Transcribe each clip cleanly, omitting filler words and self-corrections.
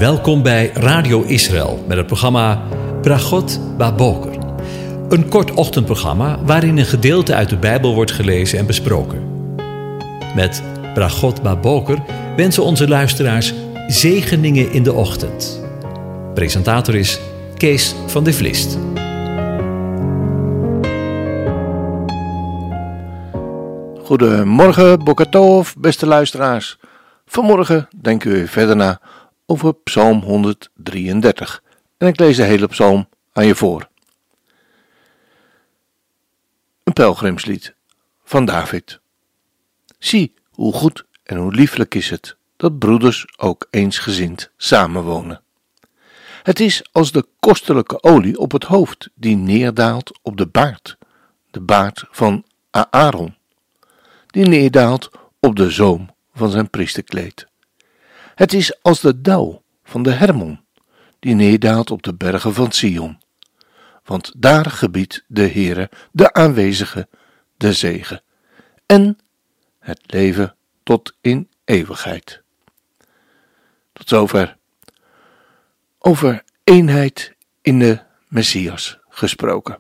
Welkom bij Radio Israël met het programma Brachot Baboker. Een kort ochtendprogramma waarin een gedeelte uit de Bijbel wordt gelezen en besproken. Met Brachot Baboker wensen onze luisteraars zegeningen in de ochtend. Presentator is Kees van de Vlist. Goedemorgen, Boker Tov, beste luisteraars. Vanmorgen denken we weer verder na over Psalm 133. En ik lees de hele psalm aan je voor. Een pelgrimslied van David. Zie, hoe goed en hoe lieflijk is het dat broeders ook eensgezind samenwonen. Het is als de kostelijke olie op het hoofd die neerdaalt op de baard van Aaron, die neerdaalt op de zoom van zijn priesterkleed. Het is als de dauw van de Hermon, die neerdaalt op de bergen van Sion. Want daar gebiedt de Heere, de aanwezige, de zegen en het leven tot in eeuwigheid. Tot zover. Over eenheid in de Messias gesproken.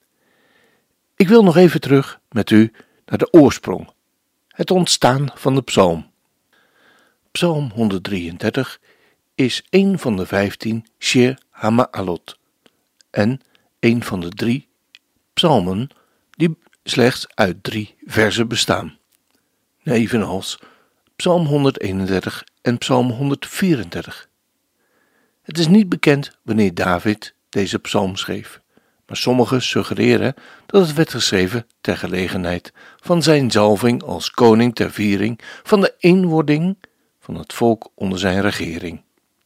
Ik wil nog even terug met u naar de oorsprong, het ontstaan van de psalm. Psalm 133 is een van de 15 Shir HaMa'alot en een van de 3 psalmen die slechts uit 3 verzen bestaan. Evenals Psalm 131 en Psalm 134. Het is niet bekend wanneer David deze psalm schreef, maar sommigen suggereren dat het werd geschreven ter gelegenheid van zijn zalving als koning ter viering van de eenwording van het volk onder zijn regering.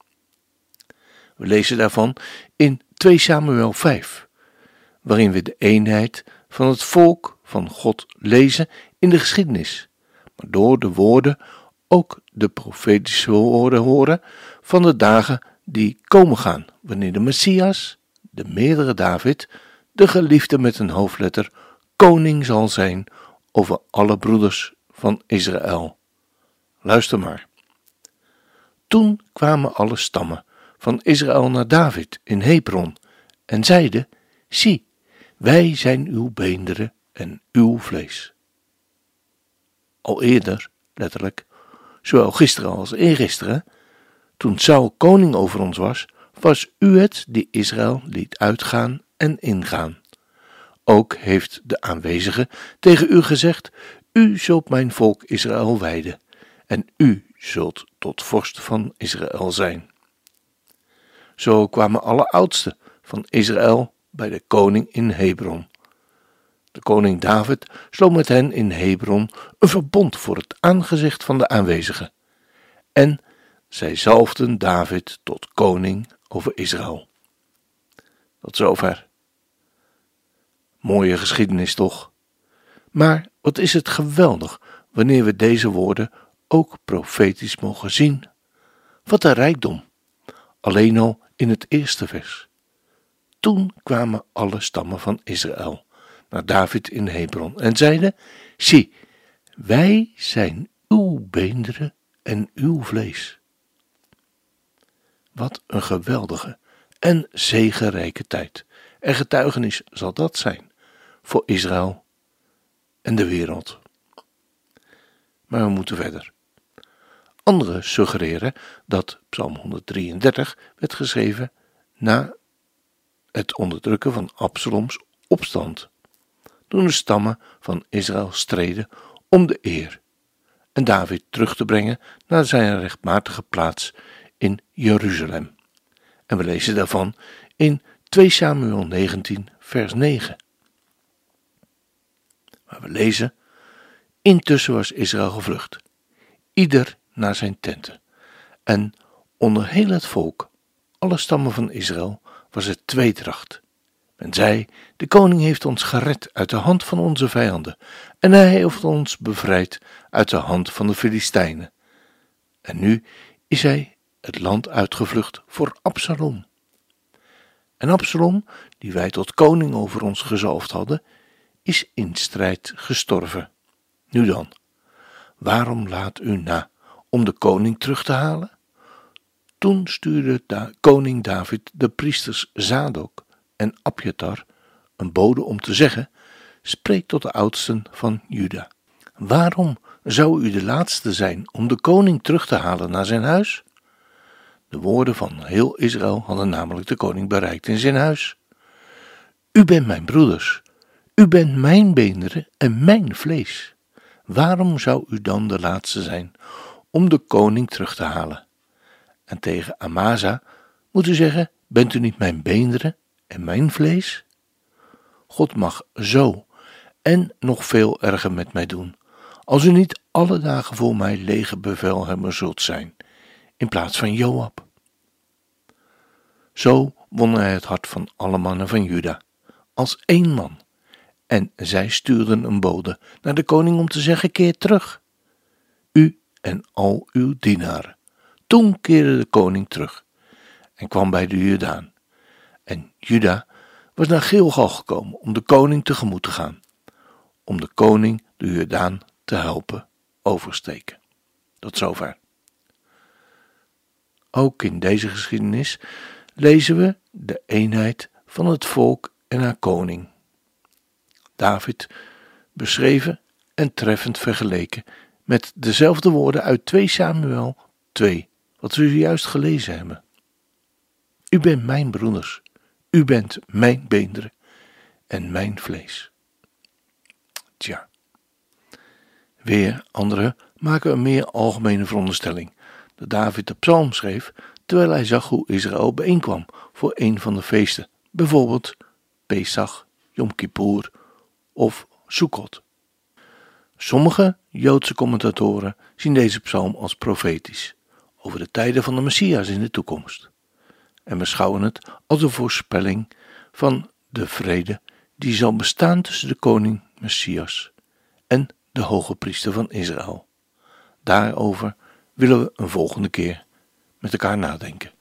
We lezen daarvan in 2 Samuel 5, waarin we de eenheid van het volk van God lezen in de geschiedenis, maar door de woorden ook de profetische woorden horen van de dagen die komen gaan, wanneer de Messias, de meerdere David, de geliefde met een hoofdletter, koning zal zijn over alle broeders van Israël. Luister maar. Toen kwamen alle stammen van Israël naar David in Hebron en zeiden: zie, wij zijn uw beenderen en uw vlees. Al eerder, letterlijk, zowel gisteren als eergisteren, toen Saul koning over ons was u het die Israël liet uitgaan en ingaan. Ook heeft de aanwezige tegen u gezegd: u zult mijn volk Israël wijden en u zult tot vorst van Israël zijn. Zo kwamen alle oudsten van Israël bij de koning in Hebron. De koning David sloot met hen in Hebron een verbond voor het aangezicht van de aanwezigen. En zij zalfden David tot koning over Israël. Tot zover. Mooie geschiedenis toch? Maar wat is het geweldig wanneer we deze woorden ook profetisch mogen zien. Wat een rijkdom. Alleen al in het eerste vers. Toen kwamen alle stammen van Israël naar David in Hebron en zeiden: zie, wij zijn uw beenderen en uw vlees. Wat een geweldige en zegenrijke tijd en getuigenis zal dat zijn voor Israël en de wereld. Maar we moeten verder. Anderen suggereren dat Psalm 133 werd geschreven na het onderdrukken van Absaloms opstand, toen de stammen van Israël streden om de eer en David terug te brengen naar zijn rechtmatige plaats in Jeruzalem. En we lezen daarvan in 2 Samuel 19 vers 9. Waar we lezen: intussen was Israël gevlucht, ieder naar zijn tenten. En onder heel het volk, alle stammen van Israël, was het tweedracht. Men zei: de koning heeft ons gered uit de hand van onze vijanden, en hij heeft ons bevrijd uit de hand van de Filistijnen. En nu is hij het land uitgevlucht voor Absalom. En Absalom, die wij tot koning over ons gezalfd hadden, is in strijd gestorven. Nu dan, waarom laat u na om de koning terug te halen? Toen stuurde koning David de priesters Zadok en Abjatar een bode om te zeggen: spreek tot de oudsten van Juda. Waarom zou u de laatste zijn om de koning terug te halen naar zijn huis? De woorden van heel Israël hadden namelijk de koning bereikt in zijn huis. U bent mijn broeders, u bent mijn beenderen en mijn vlees. Waarom zou u dan de laatste zijn om de koning terug te halen? En tegen Amasa moet u zeggen: bent u niet mijn beenderen en mijn vlees? God mag zo en nog veel erger met mij doen, als u niet alle dagen voor mij legerbevelhebber zult zijn, in plaats van Joab. Zo won hij het hart van alle mannen van Juda, als één man. En zij stuurden een bode naar de koning om te zeggen: keer terug, u en al uw dienaren. Toen keerde de koning terug en kwam bij de Jordaan. En Juda was naar Gilgal gekomen om de koning tegemoet te gaan, om de koning de Jordaan te helpen oversteken. Tot zover. Ook in deze geschiedenis lezen we de eenheid van het volk en haar koning. David beschreven en treffend vergeleken met dezelfde woorden uit 2 Samuel 2, wat we juist gelezen hebben. U bent mijn broeders, u bent mijn beenderen en mijn vlees. Tja. Weer anderen maken een meer algemene veronderstelling dat David de psalm schreef terwijl hij zag hoe Israël bijeenkwam voor een van de feesten, bijvoorbeeld Pesach, Yom Kippur of Sukkot. Sommige Joodse commentatoren zien deze psalm als profetisch, over de tijden van de Messias in de toekomst, en beschouwen het als een voorspelling van de vrede die zal bestaan tussen de koning Messias en de hoge priester van Israël. Daarover willen we een volgende keer met elkaar nadenken.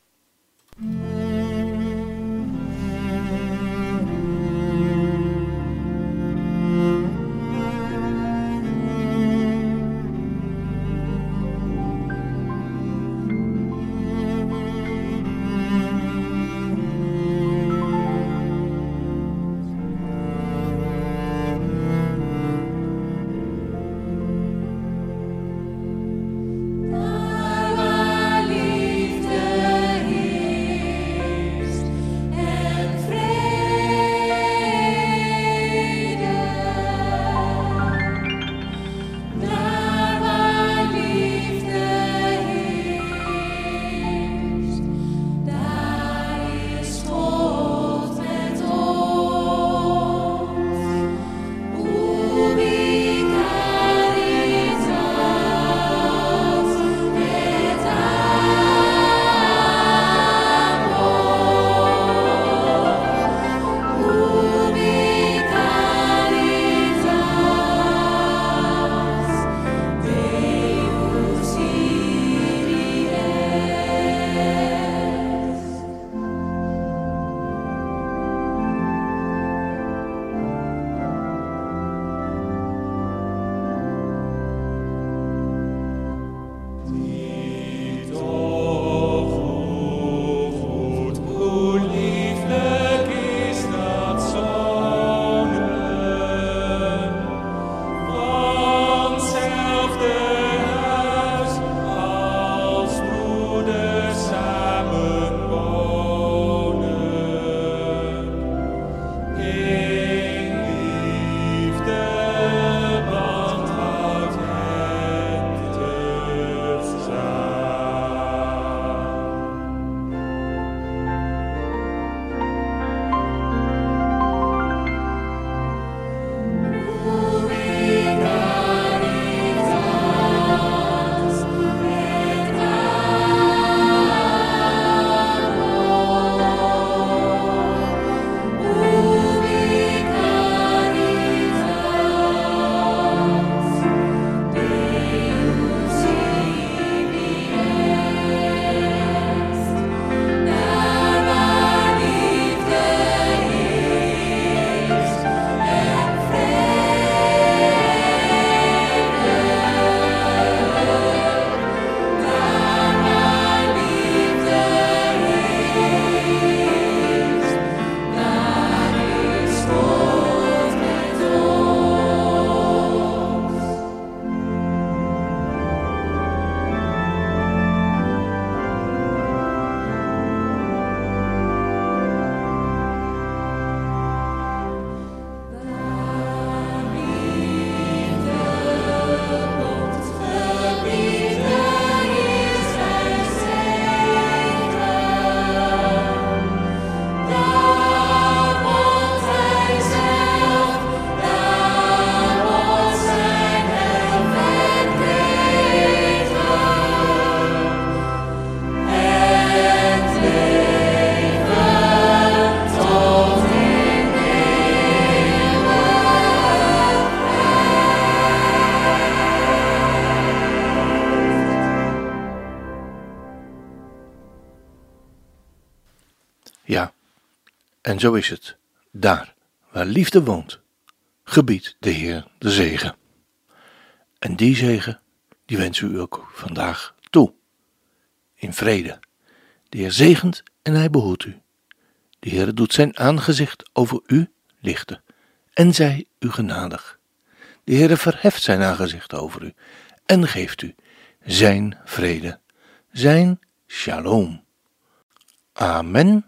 En zo is het. Daar, waar liefde woont, gebiedt de Heer de zegen. En die zegen, die wens u ook vandaag toe. In vrede. De Heer zegent en hij behoedt u. De Heer doet zijn aangezicht over u lichten en zij u genadig. De Heer verheft zijn aangezicht over u en geeft u zijn vrede, zijn shalom. Amen.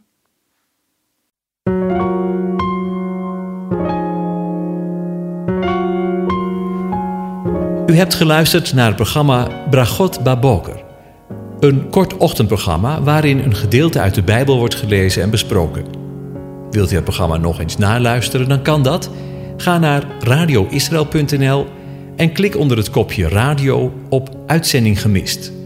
U hebt geluisterd naar het programma Bragot Baboker. Een kort ochtendprogramma waarin een gedeelte uit de Bijbel wordt gelezen en besproken. Wilt u het programma nog eens naluisteren, dan kan dat. Ga naar radioisrael.nl en klik onder het kopje radio op Uitzending gemist.